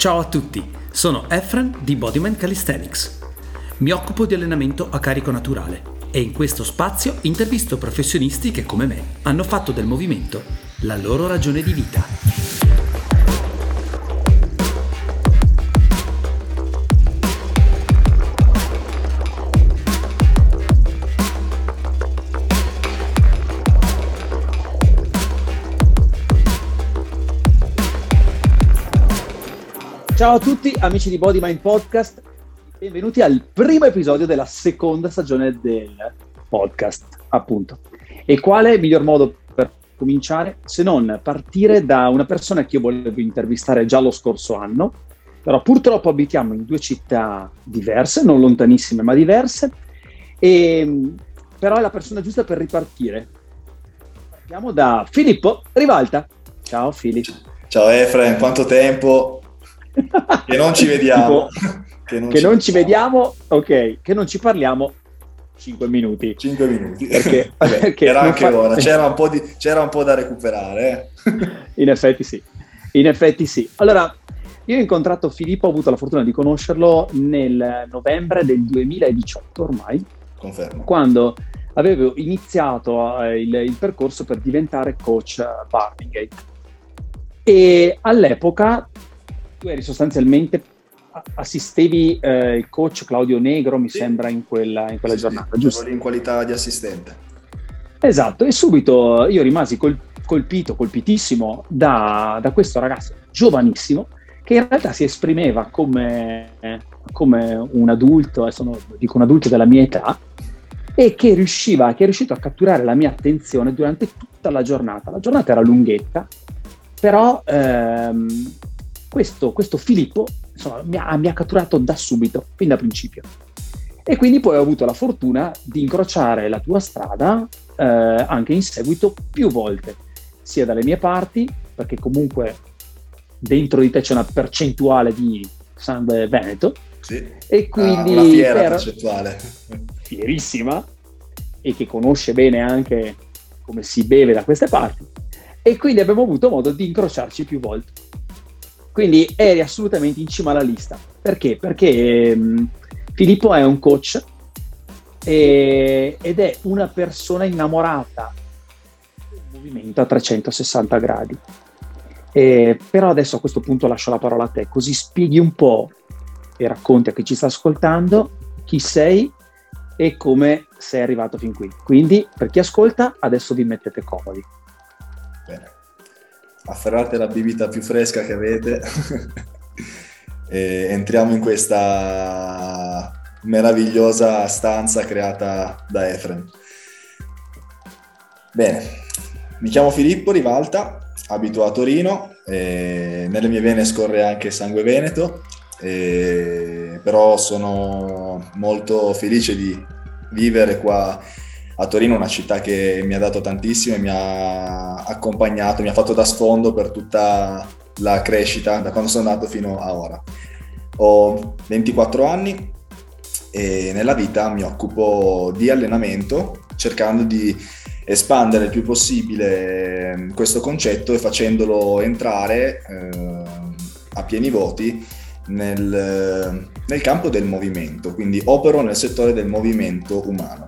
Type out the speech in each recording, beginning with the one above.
Ciao a tutti, sono Efren di Bodyman Calisthenics. Mi occupo di allenamento a carico naturale e in questo spazio intervisto professionisti che, come me, hanno fatto del movimento la loro ragione di vita. Ciao a tutti amici di Body Mind Podcast, benvenuti al primo episodio della seconda stagione del podcast, appunto. E quale miglior modo per cominciare se non partire da una persona che io volevo intervistare già lo scorso anno, però purtroppo abitiamo in due città diverse, non lontanissime ma diverse, però è la persona giusta per ripartire. Partiamo da Filippo Rivalta. Ciao Filippo. Ciao Efren, quanto tempo che non ci vediamo. Che non ci vediamo, ok, che non ci parliamo 5 minuti. 5 minuti. Perché era anche ora, c'era un po' da recuperare. In effetti sì. Allora, io ho incontrato Filippo, ho avuto la fortuna di conoscerlo nel novembre del 2018 ormai. Confermo. Quando avevo iniziato il percorso per diventare coach Barningate. E all'epoca tu eri sostanzialmente, assistevi il coach Claudio Negro, mi sembra, in quella giornata, giusto? In qualità di assistente. Esatto, e subito io rimasi colpitissimo da questo ragazzo giovanissimo, che in realtà si esprimeva come un adulto, dico un adulto della mia età, e che è riuscito a catturare la mia attenzione durante tutta la giornata. La giornata era lunghetta, però questo Filippo, insomma, mi ha catturato da subito, fin da principio. E quindi poi ho avuto la fortuna di incrociare la tua strada anche in seguito più volte, sia dalle mie parti, perché comunque dentro di te c'è una percentuale di sangue veneto, sì. E quindi una fiera percentuale, fierissima, e che conosce bene anche come si beve da queste parti, e quindi abbiamo avuto modo di incrociarci più volte. Quindi eri assolutamente in cima alla lista. Perché? Perché Filippo è un coach ed è una persona innamorata del movimento a 360 gradi. Però adesso a questo punto lascio la parola a te, così spieghi un po' e racconti a chi ci sta ascoltando chi sei e come sei arrivato fin qui. Quindi, per chi ascolta, adesso vi mettete comodi. Bene. Afferrate la bibita più fresca che avete e entriamo in questa meravigliosa stanza creata da Efren. Bene, mi chiamo Filippo Rivalta, abito a Torino, nelle mie vene scorre anche sangue veneto, però sono molto felice di vivere qua a Torino, una città che mi ha dato tantissimo e mi ha accompagnato, mi ha fatto da sfondo per tutta la crescita da quando sono nato fino a ora. Ho 24 anni e nella vita mi occupo di allenamento, cercando di espandere il più possibile questo concetto e facendolo entrare a pieni voti nel campo del movimento, quindi opero nel settore del movimento umano.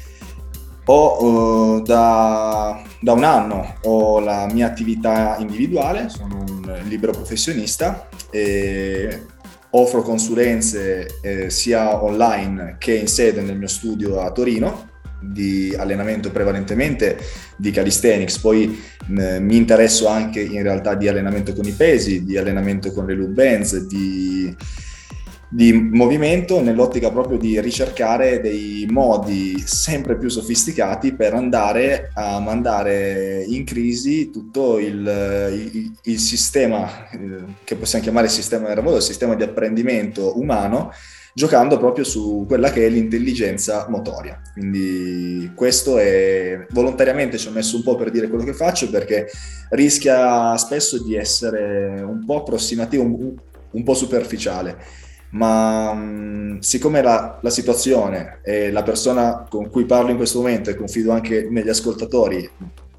Da un anno ho la mia attività individuale, sono un libero professionista e offro consulenze sia online che in sede nel mio studio a Torino, di allenamento prevalentemente di calisthenics, poi mi interesso anche in realtà di allenamento con i pesi, di allenamento con le loop bands, di movimento, nell'ottica proprio di ricercare dei modi sempre più sofisticati per andare a mandare in crisi tutto il sistema che possiamo chiamare sistema nervoso, il sistema di apprendimento umano, giocando proprio su quella che è l'intelligenza motoria. Quindi questo è, volontariamente ci ho messo un po' per dire quello che faccio, perché rischia spesso di essere un po' approssimativo, un po' superficiale, ma siccome la situazione e la persona con cui parlo in questo momento, e confido anche negli ascoltatori,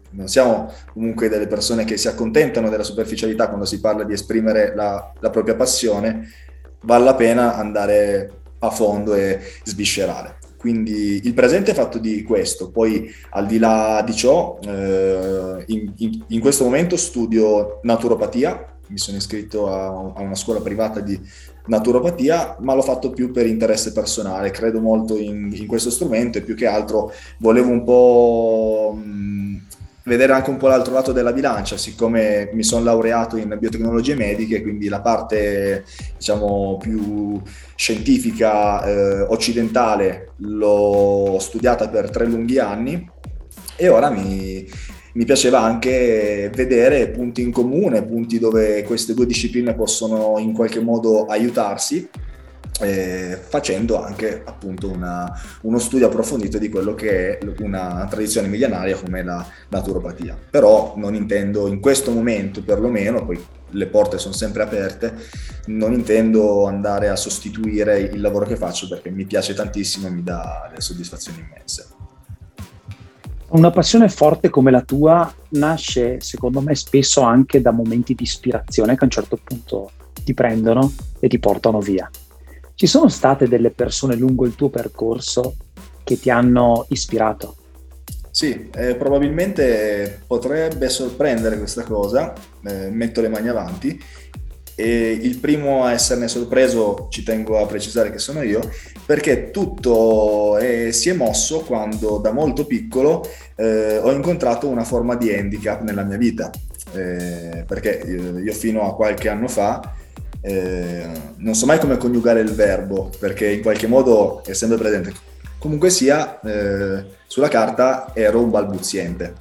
non siamo comunque delle persone che si accontentano della superficialità quando si parla di esprimere la propria passione, vale la pena andare a fondo e sviscerare. Quindi il presente è fatto di questo. Poi al di là di ciò, in questo momento studio naturopatia, mi sono iscritto a una scuola privata di naturopatia, ma l'ho fatto più per interesse personale. Credo molto in questo strumento e più che altro volevo un po' vedere anche un po' l'altro lato della bilancia, siccome mi sono laureato in biotecnologie mediche, quindi la parte diciamo più scientifica occidentale l'ho studiata per 3 lunghi anni e ora mi piaceva anche vedere punti in comune, punti dove queste due discipline possono in qualche modo aiutarsi, facendo anche appunto uno studio approfondito di quello che è una tradizione millenaria come la naturopatia. Però non intendo in questo momento, perlomeno, poi le porte sono sempre aperte, non intendo andare a sostituire il lavoro che faccio perché mi piace tantissimo e mi dà delle soddisfazioni immense. Una passione forte come la tua nasce, secondo me, spesso anche da momenti di ispirazione che a un certo punto ti prendono e ti portano via. Ci sono state delle persone lungo il tuo percorso che ti hanno ispirato? Sì, probabilmente potrebbe sorprendere questa cosa, metto le mani avanti, e il primo a esserne sorpreso, ci tengo a precisare che sono io, perché tutto si è mosso quando da molto piccolo ho incontrato una forma di handicap nella mia vita, perché io fino a qualche anno fa non so mai come coniugare il verbo, perché in qualche modo è sempre presente. Comunque sia, sulla carta ero un balbuziente,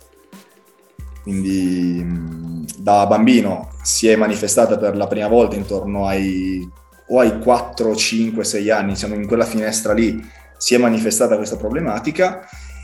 quindi da bambino si è manifestata per la prima volta intorno ai 4, 5, 6 anni, siamo in quella finestra lì, si è manifestata questa problematica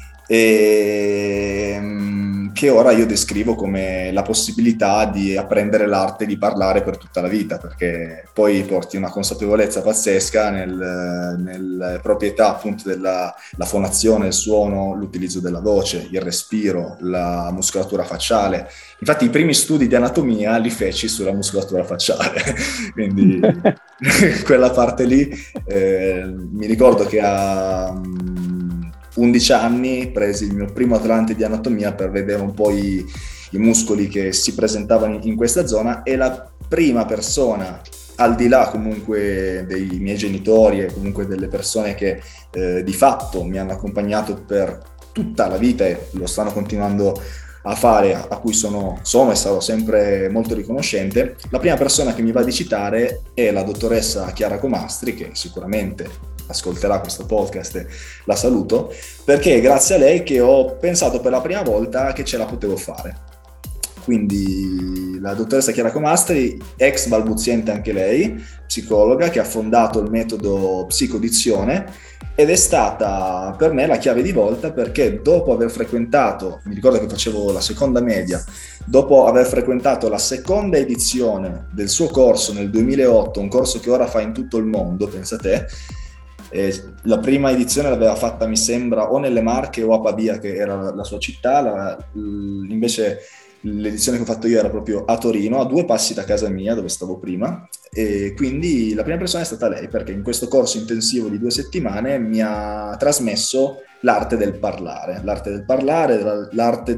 e che ora io descrivo come la possibilità di apprendere l'arte di parlare per tutta la vita, perché poi porti una consapevolezza pazzesca nelle proprietà appunto della fonazione, il suono, l'utilizzo della voce, il respiro, la muscolatura facciale. Infatti i primi studi di anatomia li feci sulla muscolatura facciale, quindi quella parte lì mi ricordo che a 11 anni presi il mio primo Atlante di anatomia per vedere un po' i muscoli che si presentavano in questa zona, e la prima persona, al di là comunque dei miei genitori e comunque delle persone che di fatto mi hanno accompagnato per tutta la vita e lo stanno continuando a fare, a cui sono e sarò sempre molto riconoscente, la prima persona che mi va di citare è la dottoressa Chiara Comastri, che sicuramente ascolterà questo podcast e la saluto, perché è grazie a lei che ho pensato per la prima volta che ce la potevo fare. Quindi la dottoressa Chiara Comastri, ex balbuziente anche lei, psicologa, che ha fondato il metodo psicodizione, ed è stata per me la chiave di volta, perché dopo aver frequentato, mi ricordo che facevo la seconda media, dopo aver frequentato la seconda edizione del suo corso nel 2008, un corso che ora fa in tutto il mondo, pensa te, la prima edizione l'aveva fatta mi sembra o nelle Marche o a Pavia, che era la sua città, invece l'edizione che ho fatto io era proprio a Torino, a 2 passi da casa mia dove stavo prima, e quindi la prima persona è stata lei, perché in questo corso intensivo di 2 settimane mi ha trasmesso l'arte del parlare, l'arte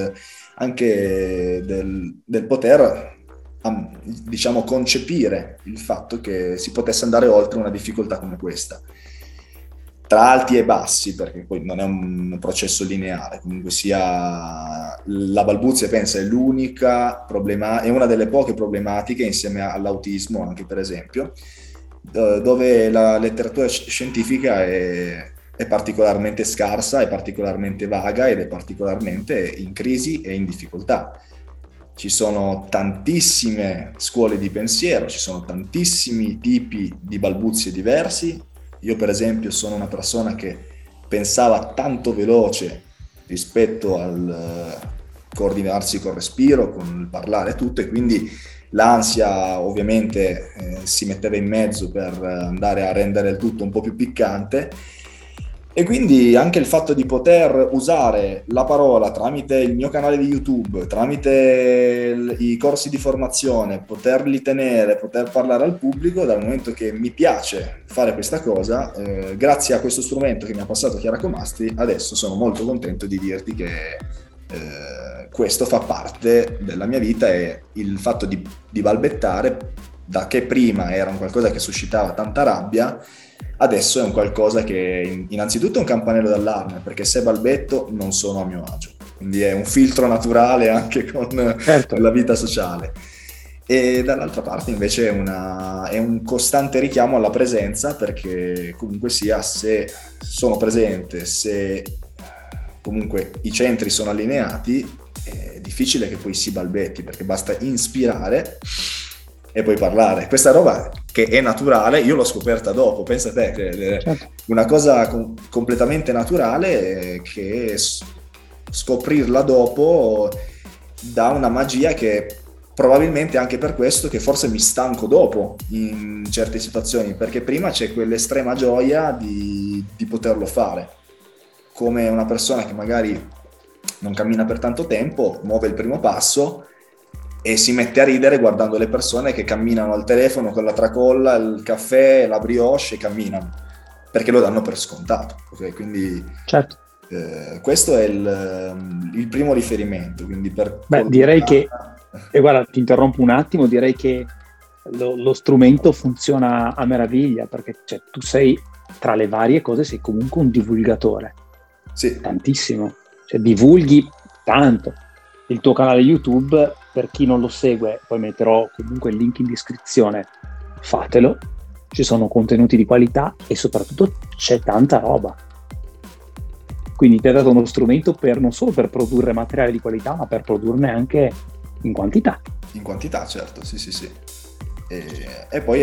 anche del poter diciamo concepire il fatto che si potesse andare oltre una difficoltà come questa, tra alti e bassi, perché poi non è un processo lineare. Comunque sia, la balbuzia pensa è l'unica è una delle poche problematiche, insieme all'autismo anche per esempio, dove la letteratura scientifica è particolarmente scarsa, è particolarmente vaga ed è particolarmente in crisi e in difficoltà. Ci sono tantissime scuole di pensiero, ci sono tantissimi tipi di balbuzie diversi. Io per esempio sono una persona che pensava tanto veloce rispetto al coordinarsi col respiro, con il parlare e tutto, e quindi l'ansia ovviamente si metteva in mezzo per andare a rendere il tutto un po' più piccante. E quindi anche il fatto di poter usare la parola tramite il mio canale di YouTube, tramite i corsi di formazione, poterli tenere, poter parlare al pubblico, dal momento che mi piace fare questa cosa, grazie a questo strumento che mi ha passato Chiara Comastri, adesso sono molto contento di dirti che questo fa parte della mia vita, e il fatto di balbettare, da che prima era un qualcosa che suscitava tanta rabbia, adesso è un qualcosa che innanzitutto è un campanello d'allarme, perché se balbetto non sono a mio agio, quindi è un filtro naturale anche con la vita sociale. E dall'altra parte invece è un costante richiamo alla presenza, perché comunque sia, se sono presente, se comunque i centri sono allineati, è difficile che poi si balbetti, perché basta inspirare e poi parlare. Questa roba che è naturale, io l'ho scoperta dopo, pensa a te, che una cosa completamente naturale, che scoprirla dopo dà una magia, che probabilmente anche per questo che forse mi stanco dopo in certe situazioni, perché prima c'è quell'estrema gioia di poterlo fare, come una persona che magari non cammina per tanto tempo, muove il primo passo e si mette a ridere guardando le persone che camminano al telefono con la tracolla, il caffè, la brioche, e camminano, perché lo danno per scontato. Okay? Quindi questo è il primo riferimento. Quindi direi che, e guarda, ti interrompo un attimo, direi che lo strumento funziona a meraviglia, perché tu sei, tra le varie cose, sei comunque un divulgatore. Sì. Tantissimo. Divulghi tanto. Il tuo canale YouTube, per chi non lo segue, poi metterò comunque il link in descrizione, fatelo, ci sono contenuti di qualità e soprattutto c'è tanta roba. Quindi ti ha dato uno strumento non solo per produrre materiale di qualità, ma per produrne anche in quantità. In quantità, certo, sì. E poi è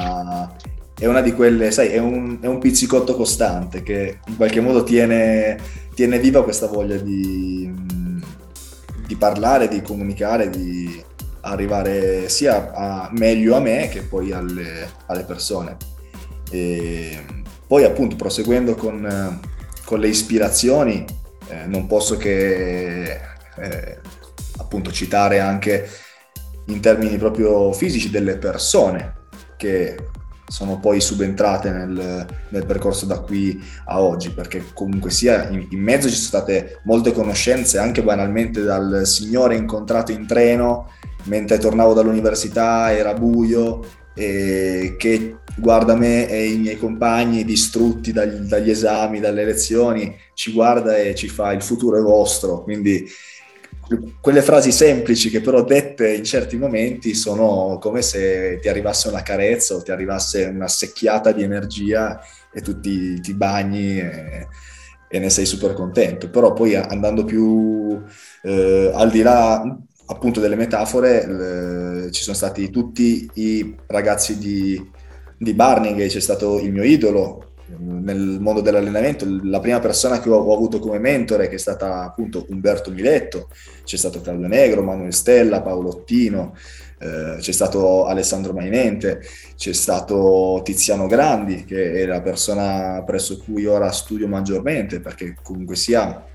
una di quelle, sai, è un pizzicotto costante che in qualche modo tiene viva questa voglia di parlare, di comunicare, di arrivare sia meglio a me che poi alle persone. E poi appunto, proseguendo con le ispirazioni, non posso che appunto citare anche in termini proprio fisici delle persone che sono poi subentrate nel percorso da qui a oggi, perché comunque sia in mezzo ci sono state molte conoscenze, anche banalmente dal signore incontrato in treno mentre tornavo dall'università, era buio, e che guarda me e i miei compagni distrutti dagli esami, dalle lezioni, ci guarda e ci fa: il futuro è vostro. Quindi quelle frasi semplici che però dette in certi momenti sono come se ti arrivasse una carezza o ti arrivasse una secchiata di energia e tu ti bagni e ne sei super contento. Però poi, andando più al di là appunto delle metafore, ci sono stati tutti i ragazzi di Barningay, c'è stato il mio idolo nel mondo dell'allenamento, la prima persona che ho avuto come mentore, che è stata appunto Umberto Miletto, c'è stato Claudio Negro, Manuel Stella, Paolo Ottino, c'è stato Alessandro Mainente, c'è stato Tiziano Grandi, che è la persona presso cui ora studio maggiormente, perché comunque sia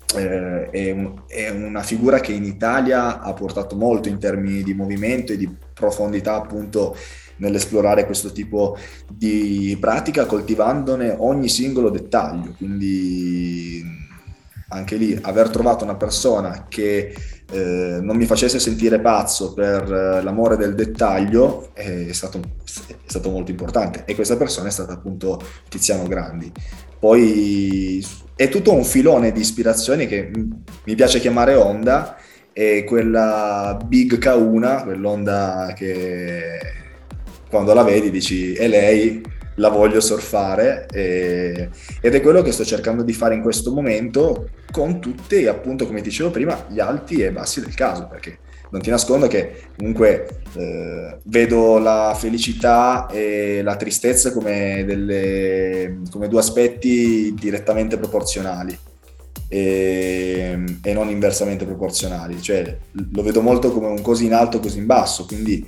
è una figura che in Italia ha portato molto in termini di movimento e di profondità, appunto, nell'esplorare questo tipo di pratica, coltivandone ogni singolo dettaglio. Quindi anche lì, aver trovato una persona che non mi facesse sentire pazzo per l'amore del dettaglio è stato molto importante, e questa persona è stata appunto Tiziano Grandi. Poi è tutto un filone di ispirazioni che mi piace chiamare onda, e quella Big Kauna, quell'onda che quando la vedi dici: è lei, la voglio surfare, ed è quello che sto cercando di fare in questo momento, con tutti, appunto, come dicevo prima, gli alti e bassi del caso, perché non ti nascondo che comunque vedo la felicità e la tristezza come due aspetti direttamente proporzionali e non inversamente proporzionali, cioè lo vedo molto come un così in alto, così in basso. Quindi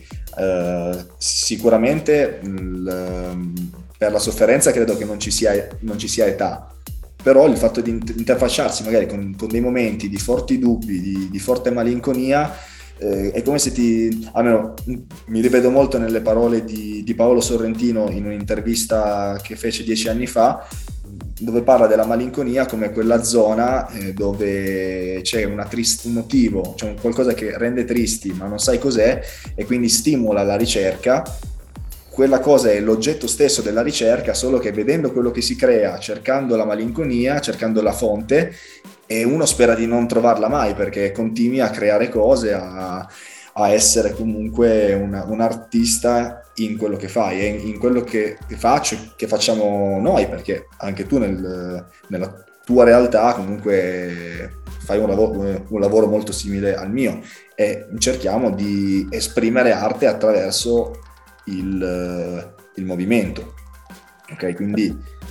sicuramente per la sofferenza credo che non ci sia età, però il fatto di interfacciarsi magari con dei momenti di forti dubbi, di forte malinconia, è come se almeno mi rivedo molto nelle parole di Paolo Sorrentino in un'intervista che fece 10 anni fa, dove parla della malinconia come quella zona dove c'è un motivo, c'è qualcosa che rende tristi ma non sai cos'è e quindi stimola la ricerca. Quella cosa è l'oggetto stesso della ricerca, solo che vedendo quello che si crea, cercando la malinconia, cercando la fonte, e uno spera di non trovarla mai perché continui a creare cose, a essere comunque un artista in quello che fai e in quello che faccio, che facciamo noi, perché anche tu nella tua realtà comunque fai un lavoro molto simile al mio e cerchiamo di esprimere arte attraverso il movimento. Ok, quindi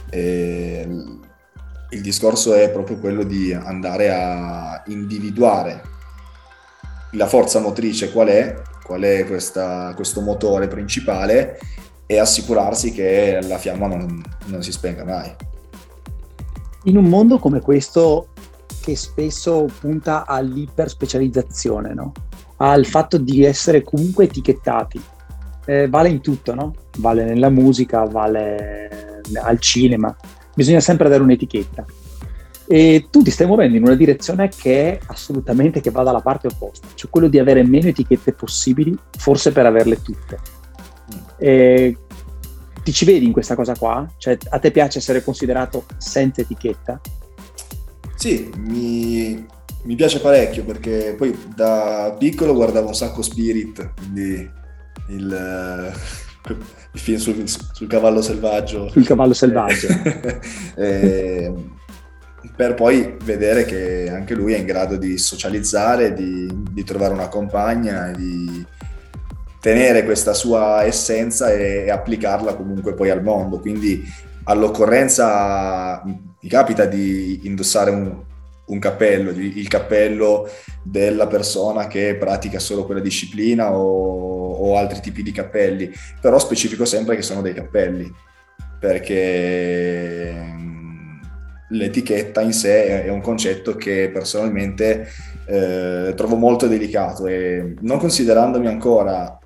il discorso è proprio quello di andare a individuare la forza motrice, qual è questo motore principale, e assicurarsi che la fiamma non si spenga mai. In un mondo come questo, che spesso punta all'iperspecializzazione, no? Al fatto di essere comunque etichettati, vale in tutto, no? Vale nella musica, vale al cinema, bisogna sempre dare un'etichetta. E tu ti stai muovendo in una direzione che è assolutamente che va dalla parte opposta, cioè quello di avere meno etichette possibili, forse per averle tutte. Ti ci vedi in questa cosa qua? Cioè, a te piace essere considerato senza etichetta? Sì, mi piace parecchio, perché poi da piccolo guardavo un sacco Spirit, quindi il film sul cavallo selvaggio. Sul cavallo selvaggio. Per poi vedere che anche lui è in grado di socializzare, di trovare una compagna, di tenere questa sua essenza e applicarla comunque poi al mondo. Quindi all'occorrenza mi capita di indossare un cappello, il cappello della persona che pratica solo quella disciplina o altri tipi di cappelli, però specifico sempre che sono dei cappelli, perché l'etichetta in sé è un concetto che personalmente trovo molto delicato, e non considerandomi ancora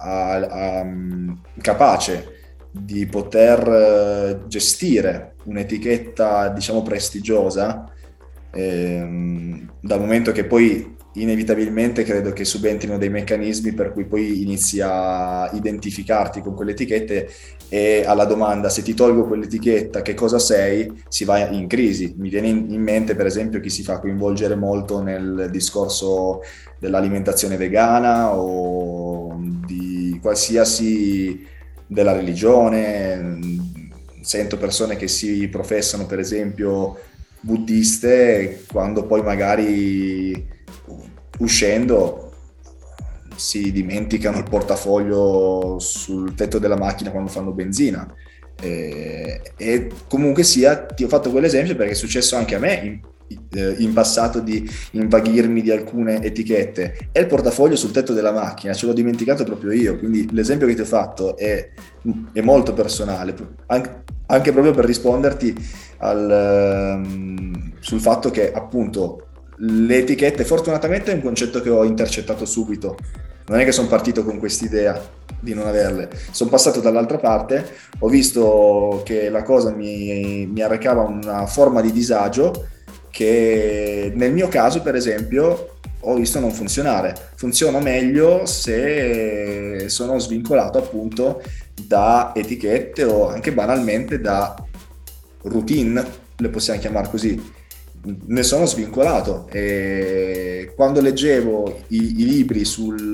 capace di poter gestire un'etichetta, diciamo, prestigiosa, dal momento che poi inevitabilmente credo che subentrino dei meccanismi per cui poi inizi a identificarti con quelle etichette, e alla domanda se ti tolgo quell'etichetta che cosa sei, si va in crisi. Mi viene in mente per esempio chi si fa coinvolgere molto nel discorso dell'alimentazione vegana o di qualsiasi, della religione. Sento persone che si professano per esempio buddiste, quando poi magari uscendo si dimenticano il portafoglio sul tetto della macchina quando fanno benzina, e comunque sia, ti ho fatto quell'esempio perché è successo anche a me in passato di invaghirmi di alcune etichette, e il portafoglio sul tetto della macchina ce l'ho dimenticato proprio io. Quindi l'esempio che ti ho fatto è molto personale, anche proprio per risponderti sul fatto che appunto le etichette, fortunatamente, è un concetto che ho intercettato subito, non è che sono partito con quest'idea di non averle, sono passato dall'altra parte, ho visto che la cosa mi arrecava una forma di disagio che nel mio caso per esempio ho visto non funzionare. Funziona meglio se sono svincolato appunto da etichette o anche banalmente da routine, le possiamo chiamare così. Ne sono svincolato, e quando leggevo i libri sul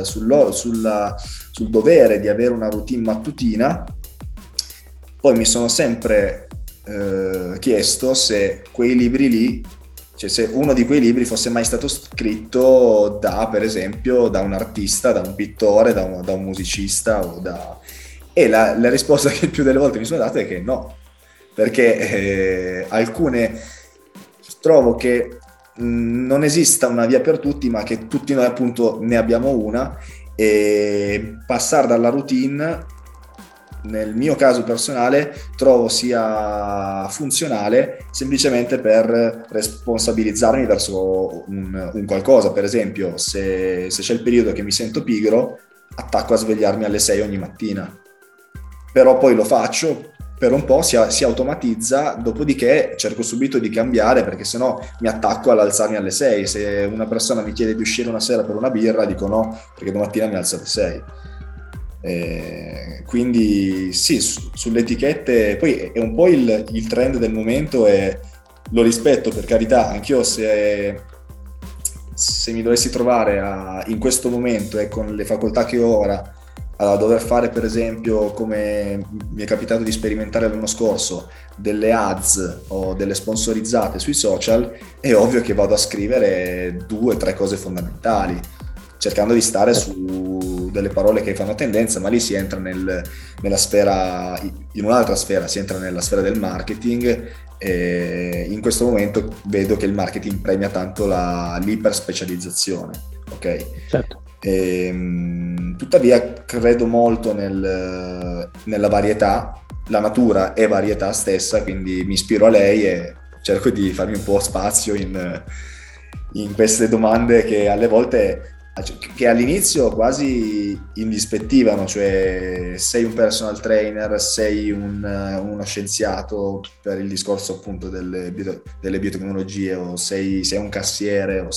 dovere di avere una routine mattutina, poi mi sono sempre chiesto se quei libri lì, cioè se uno di quei libri fosse mai stato scritto per esempio da un artista, da un pittore, da un musicista e la risposta che il più delle volte mi sono data è che no, perché trovo che non esista una via per tutti, ma che tutti noi appunto ne abbiamo una, e passare dalla routine nel mio caso personale trovo sia funzionale semplicemente per responsabilizzarmi verso un qualcosa. Per esempio, se c'è il periodo che mi sento pigro, attacco a svegliarmi alle 6 ogni mattina, però poi lo faccio per un po', si automatizza, dopodiché cerco subito di cambiare, perché sennò mi attacco all'alzarmi alle 6. Se una persona mi chiede di uscire una sera per una birra, dico no, perché domattina mi alzo alle 6. Quindi sì, sulle etichette poi è un po' il trend del momento, e lo rispetto, per carità. Anch'io se mi dovessi trovare in questo momento e con le facoltà che ho ora a dover fare, per esempio, come mi è capitato di sperimentare l'anno scorso, delle ads o delle sponsorizzate sui social, è ovvio che vado a scrivere 2 o 3 cose fondamentali, cercando di stare su delle parole che fanno tendenza, ma lì si entra nella sfera, in un'altra sfera, si entra nella sfera del marketing, e in questo momento vedo che il marketing premia tanto l'iperspecializzazione, ok? Certo. Tuttavia credo molto nella varietà. La natura è varietà stessa, quindi mi ispiro a lei e cerco di farmi un po' spazio in queste domande che alle volte, che all'inizio quasi indispettivano, cioè sei un personal trainer, sei uno scienziato per il discorso appunto delle biotecnologie, o sei un cassiere, o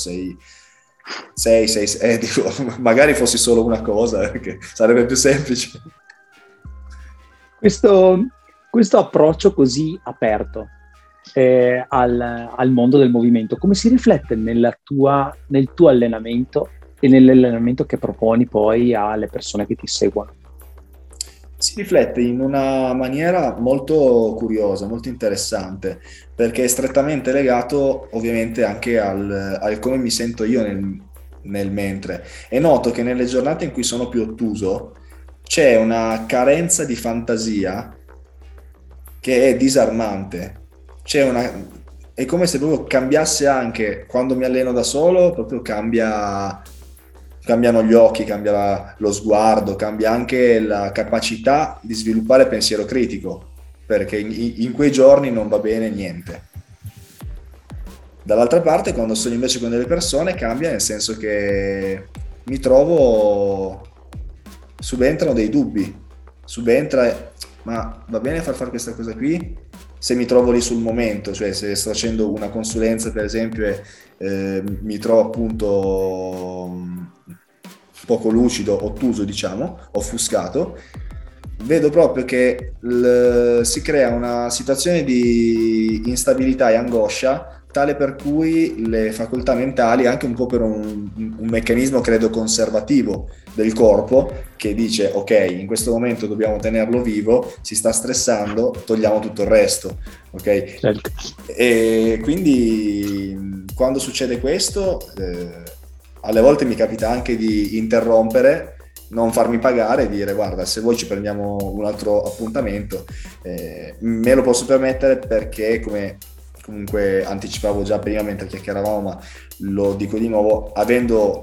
dico, magari fossi solo una cosa, perché sarebbe più semplice. Questo approccio così aperto al mondo del movimento, come si riflette nel tuo allenamento e nell'allenamento che proponi poi alle persone che ti seguono? Si riflette in una maniera molto curiosa, molto interessante, perché è strettamente legato ovviamente anche al come mi sento io nel mentre. E noto che nelle giornate in cui sono più ottuso c'è una carenza di fantasia che è disarmante. È come se proprio cambiasse, anche quando mi alleno da solo, proprio cambiano gli occhi, cambia lo sguardo, cambia anche la capacità di sviluppare pensiero critico, perché in quei giorni non va bene niente. Dall'altra parte, quando sono invece con delle persone, cambia, nel senso che mi trovo, subentrano dei dubbi, ma va bene fare questa cosa qui? Se mi trovo lì sul momento, cioè se sto facendo una consulenza per esempio e mi trovo appunto poco lucido, ottuso, diciamo, offuscato, vedo proprio che si crea una situazione di instabilità e angoscia tale per cui le facoltà mentali, anche un po' per un meccanismo credo conservativo del corpo, che dice ok, in questo momento dobbiamo tenerlo vivo, si sta stressando, togliamo tutto il resto, ok? Certo. E quindi quando succede questo, alle volte mi capita anche di interrompere, non farmi pagare e dire guarda, se vuoi ci prendiamo un altro appuntamento. Me lo posso permettere perché, come comunque anticipavo già prima mentre chiacchieravamo, ma lo dico di nuovo, avendo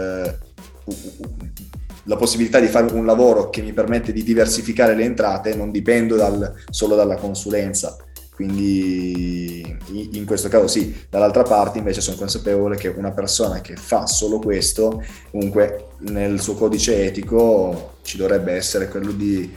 la possibilità di fare un lavoro che mi permette di diversificare le entrate, non dipendo solo dalla consulenza. Quindi in questo caso sì. Dall'altra parte invece sono consapevole che una persona che fa solo questo, comunque nel suo codice etico ci dovrebbe essere quello di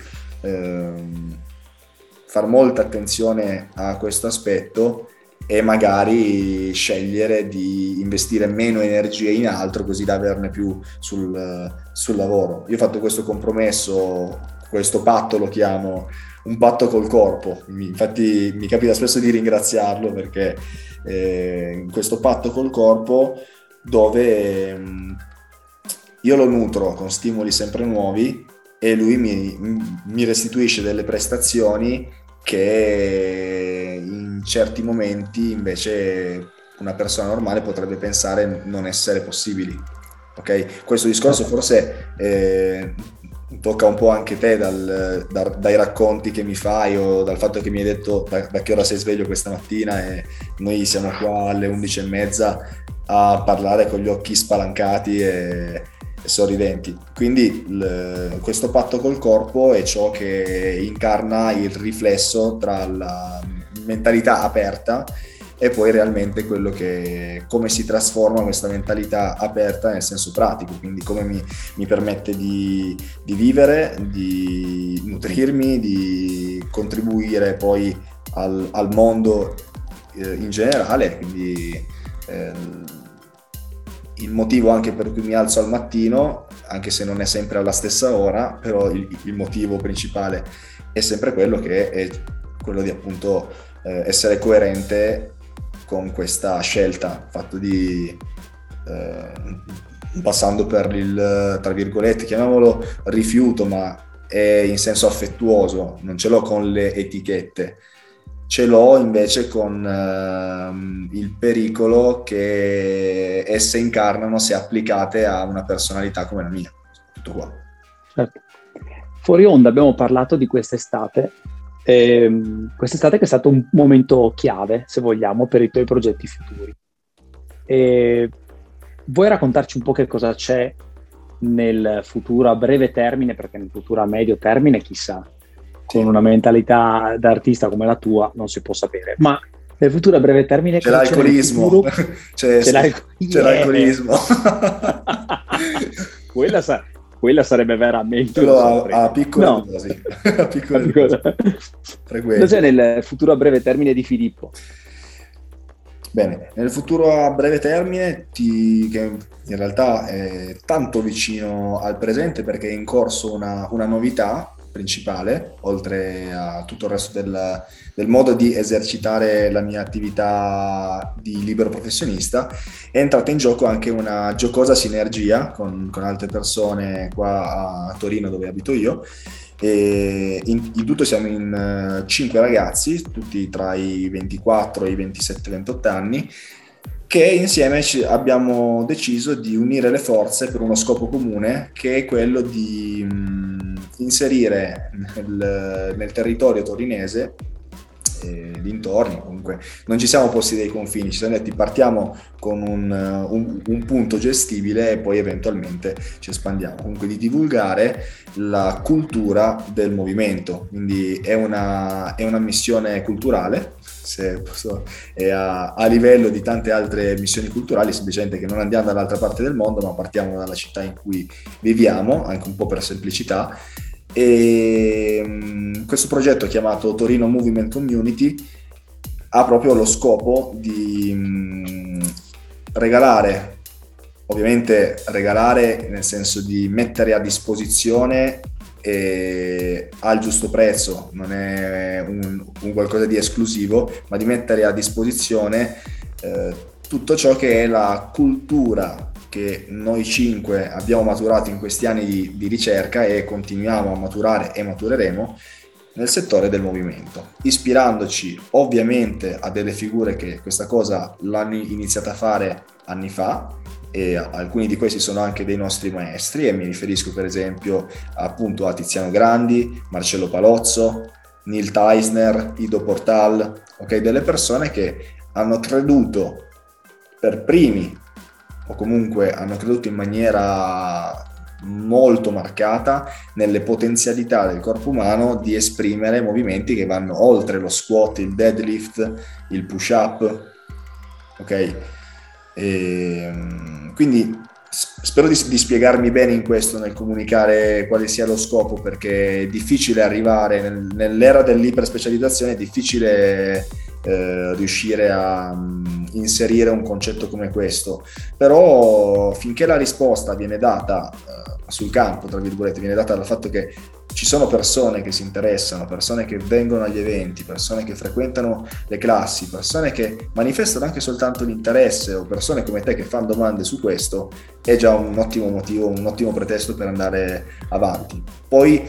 far molta attenzione a questo aspetto e magari scegliere di investire meno energie in altro, così da averne più sul lavoro. Io ho fatto questo compromesso, questo patto lo chiamo un patto col corpo, infatti mi capita spesso di ringraziarlo, perché questo patto col corpo, dove io lo nutro con stimoli sempre nuovi e lui mi restituisce delle prestazioni che in certi momenti invece una persona normale potrebbe pensare non essere possibili. Ok? Questo discorso forse tocca un po' anche te dai racconti che mi fai, o dal fatto che mi hai detto da che ora sei sveglio questa mattina e noi siamo qua alle 11:30 a parlare con gli occhi spalancati sorridenti. Quindi questo patto col corpo è ciò che incarna il riflesso tra la mentalità aperta e poi realmente come si trasforma questa mentalità aperta nel senso pratico, quindi come mi permette di vivere, di nutrirmi, di contribuire poi al mondo in generale, quindi il motivo anche per cui mi alzo al mattino, anche se non è sempre alla stessa ora, però il motivo principale è sempre quello, che è quello di appunto essere coerente con questa scelta, fatto di passando per il, tra virgolette, chiamiamolo rifiuto, ma è in senso affettuoso, non ce l'ho con le etichette, ce l'ho invece con il pericolo che esse incarnano se applicate a una personalità come la mia. Tutto qua. Certo. Fuori onda abbiamo parlato di quest'estate, quest'estate che è stato un momento chiave, se vogliamo, per i tuoi progetti futuri. Vuoi raccontarci un po' che cosa c'è nel futuro a breve termine, perché nel futuro a medio termine chissà, con una mentalità da artista come la tua non si può sapere, ma nel futuro a breve termine c'è l'alcolismo, c'è l'alcolismo. Quella sarebbe veramente a piccole dosi. A piccole dosi. Cosa c'è nel futuro a breve termine di Filippo? Bene, nel futuro a breve termine, che in realtà è tanto vicino al presente, perché è in corso una novità principale, oltre a tutto il resto del modo di esercitare la mia attività di libero professionista, è entrata in gioco anche una giocosa sinergia con altre persone qua a Torino, dove abito io. E in tutto siamo in 5 ragazzi, tutti tra i 24 e i 27-28 anni, che insieme abbiamo deciso di unire le forze per uno scopo comune, che è quello di inserire nel territorio torinese, dintorni, comunque non ci siamo posti dei confini, ci siamo detti partiamo con un punto gestibile e poi eventualmente ci espandiamo, comunque di divulgare la cultura del movimento, quindi è una missione culturale, se posso, è a livello di tante altre missioni culturali, semplicemente che non andiamo dall'altra parte del mondo, ma partiamo dalla città in cui viviamo, anche un po' per semplicità. E questo progetto, chiamato Torino Movement Community, ha proprio lo scopo di regalare nel senso di mettere a disposizione al giusto prezzo, non è un qualcosa di esclusivo, ma di mettere a disposizione tutto ciò che è la cultura che noi 5 abbiamo maturato in questi anni di ricerca e continuiamo a maturare e matureremo nel settore del movimento, ispirandoci ovviamente a delle figure che questa cosa l'hanno iniziata a fare anni fa, e alcuni di questi sono anche dei nostri maestri, e mi riferisco per esempio appunto a Tiziano Grandi, Marcello Palozzo, Neil Teisner, Ido Portal, ok, delle persone che hanno creduto per primi, o comunque hanno creduto in maniera molto marcata nelle potenzialità del corpo umano di esprimere movimenti che vanno oltre lo squat, il deadlift, il push-up, ok? Quindi spero di spiegarmi bene in questo, nel comunicare quale sia lo scopo, perché è difficile arrivare nell'era dell'iperspecializzazione, è difficile riuscire a inserire un concetto come questo, però finché la risposta viene data sul campo, tra virgolette, viene data dal fatto che ci sono persone che si interessano, persone che vengono agli eventi, persone che frequentano le classi, persone che manifestano anche soltanto l'interesse, o persone come te che fanno domande su questo, è già un ottimo motivo, un ottimo pretesto per andare avanti. Poi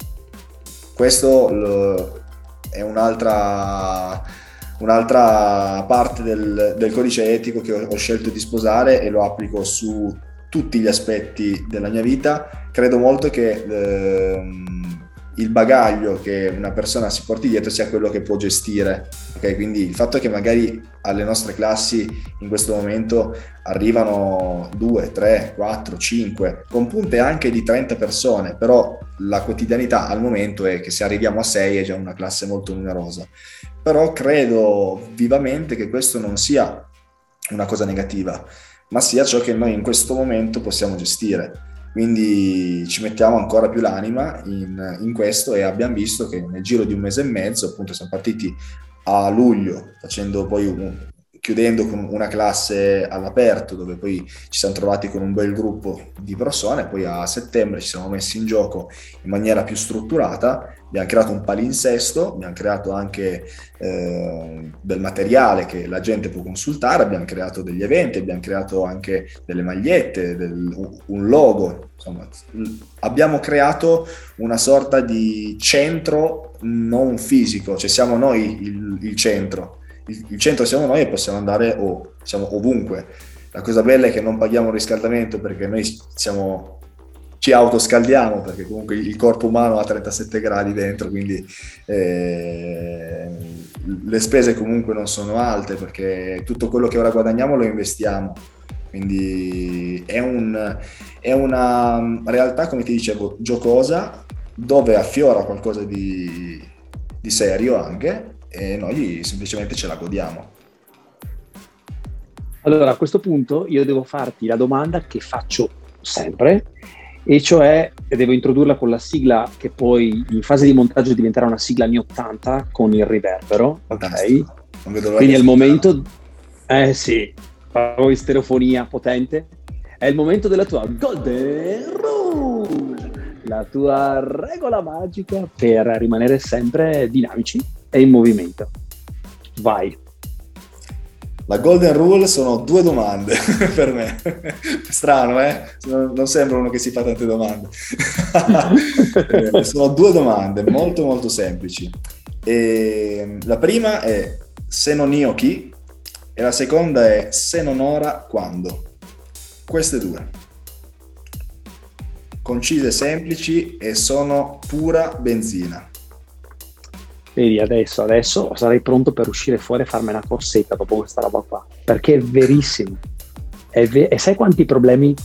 questo è un'altra parte del codice etico che ho scelto di sposare, e lo applico su tutti gli aspetti della mia vita. Credo molto che il bagaglio che una persona si porti dietro sia quello che può gestire. Okay? Quindi il fatto che magari alle nostre classi in questo momento arrivano 2, 3, 4, 5, con punte anche di 30 persone, però la quotidianità al momento è che se arriviamo a 6 è già una classe molto numerosa. Però credo vivamente che questo non sia una cosa negativa, ma sia ciò che noi in questo momento possiamo gestire. Quindi ci mettiamo ancora più l'anima in questo, e abbiamo visto che nel giro di un mese e mezzo, appunto siamo partiti a luglio, chiudendo con una classe all'aperto, dove poi ci siamo trovati con un bel gruppo di persone, poi a settembre ci siamo messi in gioco in maniera più strutturata, abbiamo creato un palinsesto, abbiamo creato anche del materiale che la gente può consultare, abbiamo creato degli eventi, abbiamo creato anche delle magliette, un logo, insomma abbiamo creato una sorta di centro non fisico, cioè siamo noi il centro. Il centro siamo noi e possiamo andare siamo ovunque. La cosa bella è che non paghiamo il riscaldamento, perché noi ci autoscaldiamo, perché comunque il corpo umano ha 37 gradi dentro, quindi le spese comunque non sono alte, perché tutto quello che ora guadagniamo lo investiamo. Quindi è una realtà, come ti dicevo, giocosa, dove affiora qualcosa di serio anche, e noi semplicemente ce la godiamo. Allora, a questo punto io devo farti la domanda che faccio sempre, e cioè devo introdurla con la sigla che poi in fase di montaggio diventerà una sigla anni 80 con il riverbero. Ok? Quindi è il momento, sì, parlo di stereofonia potente, è il momento della tua Golden Rule, la tua regola magica per rimanere sempre dinamici e in movimento. Vai. La Golden Rule sono 2 domande per me. Strano, non sembra uno che si fa tante domande. Sono 2 domande molto molto semplici. E la prima è: se non io chi? E la seconda è: se non ora quando? Queste 2. Concise, semplici, e sono pura benzina. Vedi, adesso sarei pronto per uscire fuori e farmi una corsetta dopo questa roba qua, perché è verissimo. E sai quanti problemi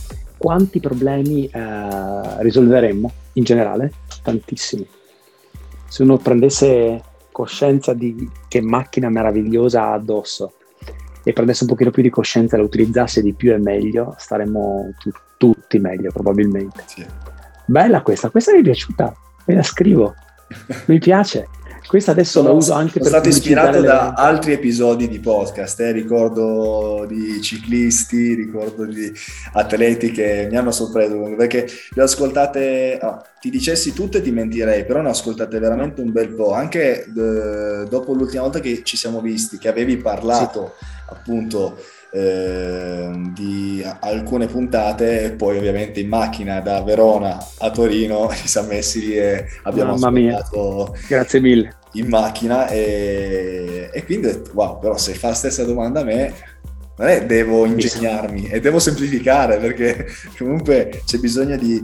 risolveremmo in generale? Tantissimi. Se uno prendesse coscienza di che macchina meravigliosa ha addosso e prendesse un pochino più di coscienza e la utilizzasse di più e meglio, staremmo tutti meglio probabilmente. Sì. Bella questa mi è piaciuta, me la scrivo, mi piace. Questa adesso la uso anche per per stato ispirato da altri episodi di podcast, ricordo di ciclisti, ricordo di atleti che mi hanno sorpreso, perché le ho ascoltate, ti dicessi tutte ti mentirei, però ne ho ascoltate veramente un bel po', anche dopo l'ultima volta che ci siamo visti, che avevi parlato appunto di alcune puntate, e poi ovviamente in macchina da Verona a Torino ci siamo messi lì e abbiamo ascoltato. Grazie mille. In macchina, e quindi ho detto wow, però se fa la stessa domanda a me, non è devo ingegnarmi e devo semplificare, perché comunque c'è bisogno di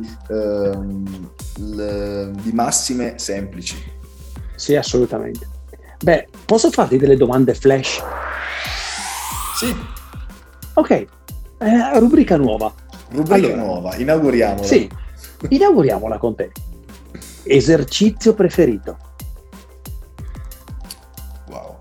massime semplici. Sì, assolutamente. Beh, posso farti delle domande flash? Sì. Ok, rubrica nuova. Nuova, inauguriamola. Sì, inauguriamola con te. Esercizio preferito? Wow.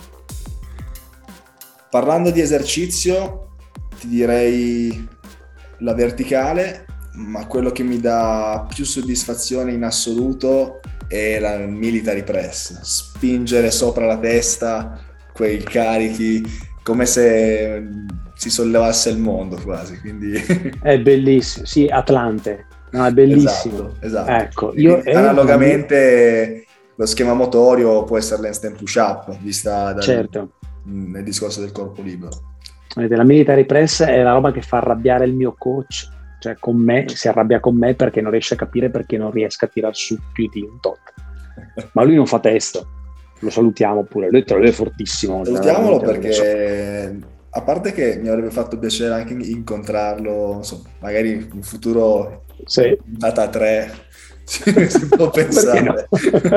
Parlando di esercizio, ti direi la verticale, ma quello che mi dà più soddisfazione in assoluto è la military press. Spingere sopra la testa quei carichi come se si sollevasse il mondo quasi, quindi è bellissimo, sì, Atlante, no, è bellissimo. Esatto. Ecco, analogamente lo schema motorio può essere l'handstand push-up, vista nel discorso del corpo libero. La military press è la roba che fa arrabbiare il mio coach, cioè con me, si arrabbia con me perché non riesce a capire perché non riesco a tirar su più di un tot. Ma lui non fa testo, lo salutiamo pure, lui è fortissimo. Salutiamolo, perché a parte che mi avrebbe fatto piacere anche incontrarlo, insomma, magari in futuro, sì. data 3, Si può pensare.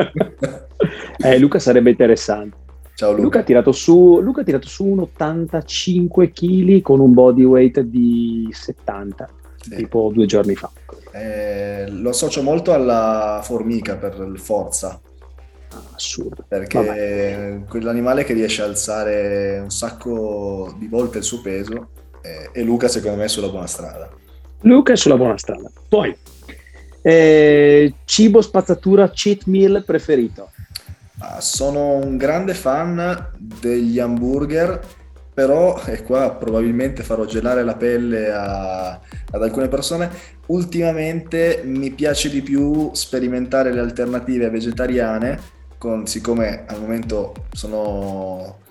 Luca sarebbe interessante. Ciao Luca. Luca ha tirato su un 85 kg con un body weight di 70, Sì. tipo 2 giorni fa. Lo associo molto alla formica per forza, Assurdo. perché Vabbè. quell'animale che riesce a alzare un sacco di volte il suo peso, e Luca secondo me è sulla buona strada. Luca è sulla buona strada. Poi, cibo spazzatura cheat meal preferito? Sono un grande fan degli hamburger, però, e qua probabilmente farò gelare la pelle ad alcune persone, ultimamente mi piace di più sperimentare le alternative vegetariane, siccome al momento sono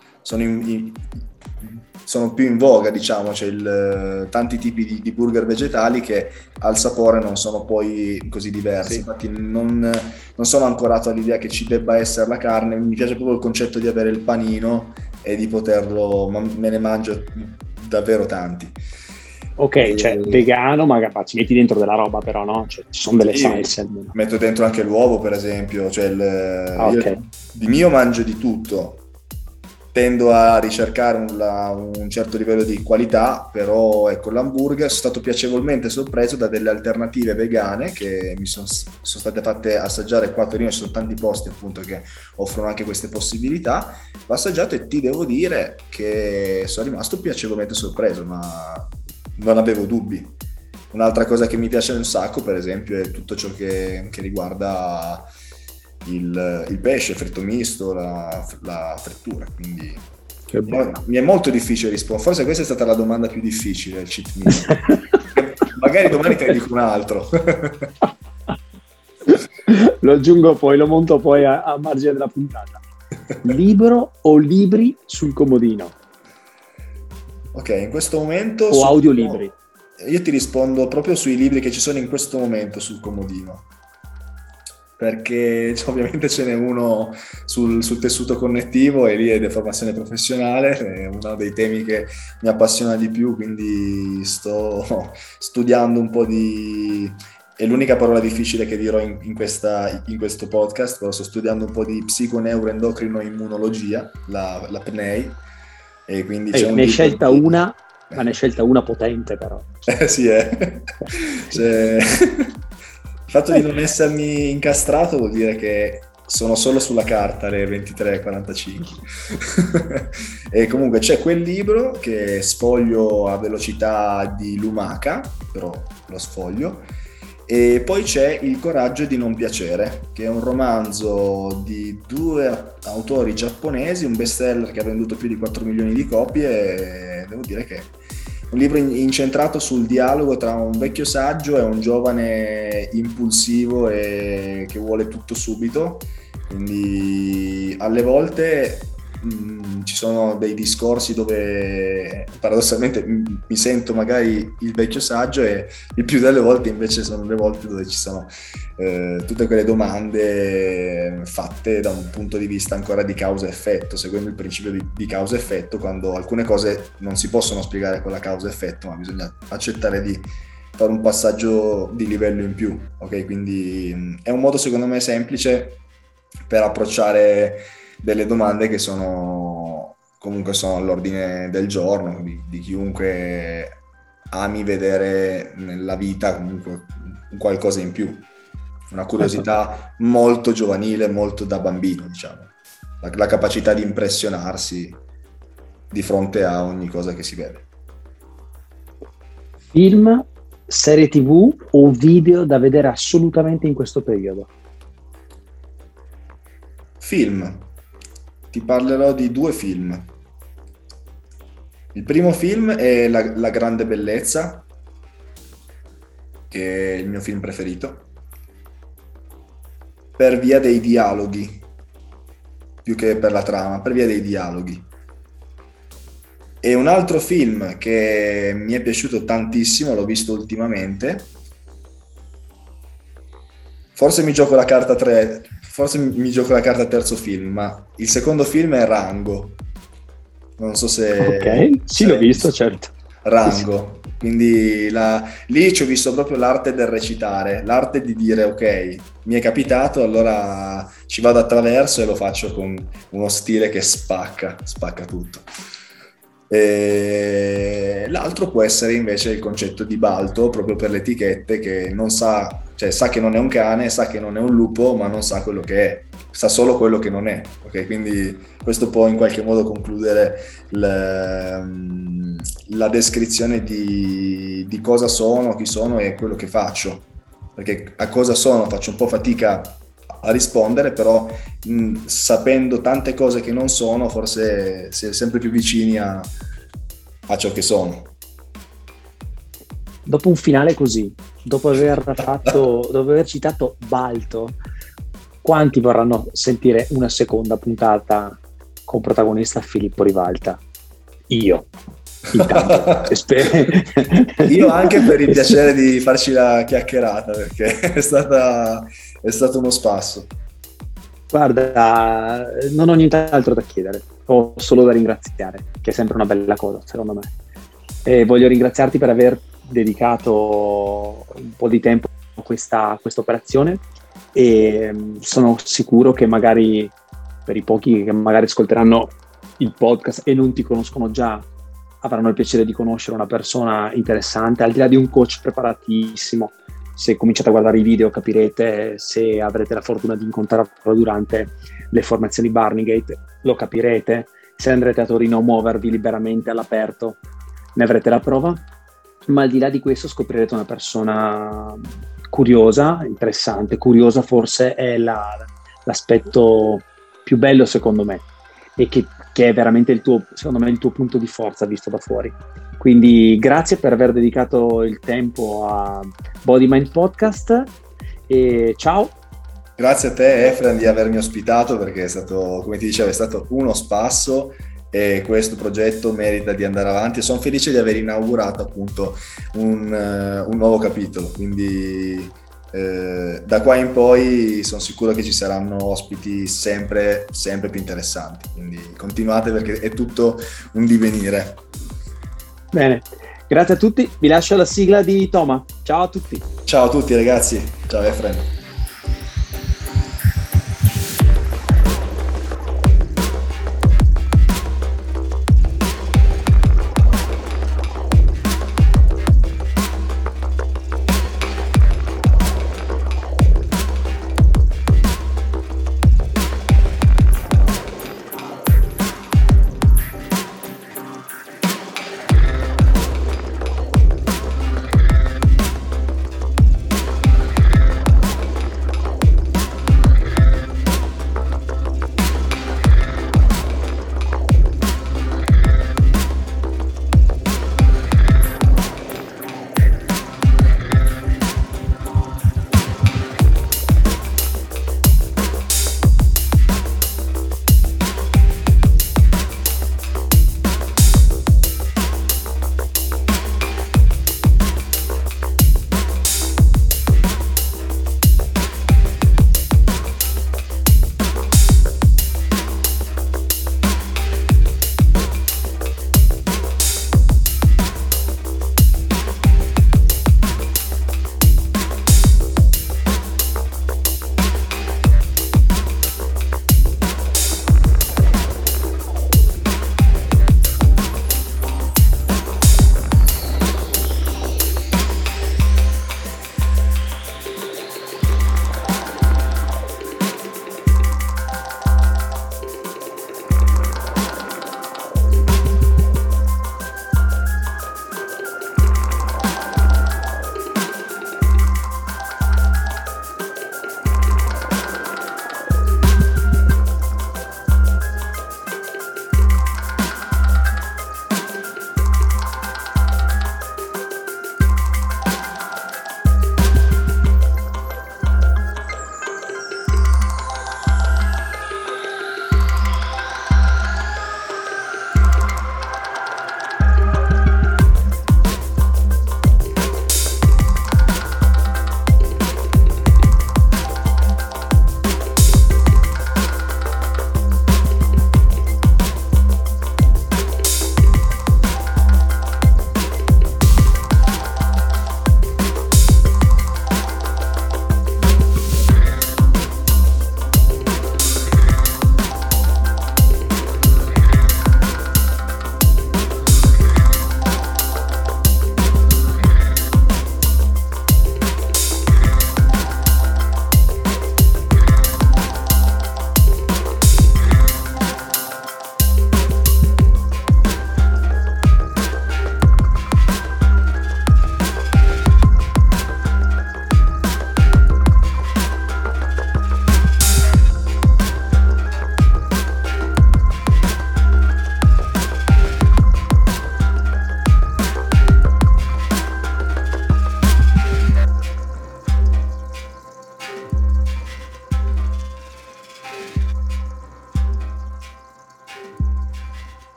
più in voga, diciamo, c'è tanti tipi di burger vegetali che al sapore non sono poi così diversi. Sì. Infatti non sono ancorato all'idea che ci debba essere la carne, mi piace proprio il concetto di avere il panino e di poterlo, me ne mangio davvero tanti. Ok, cioè vegano, ma ci metti dentro della roba però, no? Cioè, ci sono delle Sì, salse almeno. metto dentro anche l'uovo, per esempio, cioè Ok. io di mio mangio di tutto, tendo a ricercare un certo livello di qualità, però ecco, l'hamburger sono stato piacevolmente sorpreso da delle alternative vegane che mi sono state fatte assaggiare qua a Torino. Ci sono tanti posti appunto che offrono anche queste possibilità. L'ho assaggiato e ti devo dire che sono rimasto piacevolmente sorpreso, ma non avevo dubbi. Un'altra cosa che mi piace un sacco, per esempio, è tutto ciò che riguarda il pesce fritto misto, la frittura, quindi Che buono. mi è molto difficile rispondere. Forse questa è stata la domanda più difficile, il cheat meal. Magari domani te ne dico un altro. Lo aggiungo poi, lo monto poi a margine della puntata. Libro o libri sul comodino? Ok, in questo momento O audiolibri? Io ti rispondo proprio sui libri che ci sono in questo momento sul comodino, perché ovviamente ce n'è uno sul tessuto connettivo e lì è deformazione professionale, è uno dei temi che mi appassiona di più, quindi sto studiando un po' è l'unica parola difficile che dirò in questo podcast, però sto studiando un po' di psiconeuroendocrinoimmunologia, la PNEI, e quindi c'è un ne hai libro scelta una, ma ne hai scelta una potente però. Sì, cioè, il fatto di non essermi incastrato vuol dire che sono solo sulla carta alle 23:45. E comunque c'è quel libro che sfoglio a velocità di lumaca, però lo sfoglio. E poi c'è Il coraggio di non piacere, che è un romanzo di 2 autori giapponesi, un bestseller che ha venduto più di 4 milioni di copie, e devo dire che è un libro incentrato sul dialogo tra un vecchio saggio e un giovane impulsivo e che vuole tutto subito. Quindi alle volte ci sono dei discorsi dove paradossalmente mi sento magari il vecchio saggio, e il più delle volte invece sono le volte dove ci sono tutte quelle domande fatte da un punto di vista ancora di causa-effetto, seguendo il principio di causa-effetto, quando alcune cose non si possono spiegare con la causa-effetto, ma bisogna accettare di fare un passaggio di livello in più, ok? Quindi è un modo secondo me semplice per approcciare delle domande che comunque sono all'ordine del giorno di chiunque ami vedere nella vita comunque qualcosa in più, una curiosità molto giovanile, molto da bambino, diciamo, la capacità di impressionarsi di fronte a ogni cosa che si vede. Film, serie TV o video da vedere assolutamente in questo periodo? Film. Ti parlerò di 2 film. Il primo film è La grande bellezza, che è il mio film preferito, per via dei dialoghi, più che per la trama, per via dei dialoghi. E un altro film che mi è piaciuto tantissimo, l'ho visto ultimamente, forse mi gioco la carta terzo film, ma il secondo film è Rango. Non so se... Ok, sì, l'ho visto, certo. Rango. Quindi lì ci ho visto proprio l'arte del recitare, l'arte di dire ok, mi è capitato, allora ci vado attraverso e lo faccio con uno stile che spacca tutto. E l'altro può essere invece il concetto di Balto, proprio per le etichette, che non sa, cioè sa che non è un cane, sa che non è un lupo, ma non sa quello che è, sa solo quello che non è. Ok, quindi questo può in qualche modo concludere la descrizione di cosa sono, chi sono e quello che faccio, perché a cosa sono faccio un po' fatica a rispondere, però sapendo tante cose che non sono, forse si è sempre più vicini a ciò che sono. Dopo un finale così, dopo aver citato Balto, quanti vorranno sentire una seconda puntata con protagonista Filippo Rivalta? Io. Intanto, io anche, per il piacere di farci la chiacchierata, perché è stato uno spasso. Guarda, non ho nient'altro da chiedere, ho solo da ringraziare, che è sempre una bella cosa secondo me, e voglio ringraziarti per aver dedicato un po' di tempo a questa operazione, e sono sicuro che magari per i pochi che magari ascolteranno il podcast e non ti conoscono già, avranno il piacere di conoscere una persona interessante, al di là di un coach preparatissimo. Se cominciate a guardare i video capirete, se avrete la fortuna di incontrarlo durante le formazioni Barnigate lo capirete, se andrete a Torino a muovervi liberamente all'aperto ne avrete la prova, ma al di là di questo scoprirete una persona curiosa, interessante. Curiosa forse è l'aspetto più bello secondo me, e che è veramente secondo me il tuo punto di forza visto da fuori. Quindi grazie per aver dedicato il tempo a Body Mind Podcast e ciao. Grazie a te Efren di avermi ospitato, perché è stato, come ti dicevo, è stato uno spasso e questo progetto merita di andare avanti, e sono felice di aver inaugurato appunto un nuovo capitolo, quindi da qua in poi sono sicuro che ci saranno ospiti sempre più interessanti, quindi continuate perché è tutto un divenire. Bene, grazie a tutti, vi lascio la sigla di Toma. Ciao a tutti. Ciao a tutti ragazzi, ciao Efren.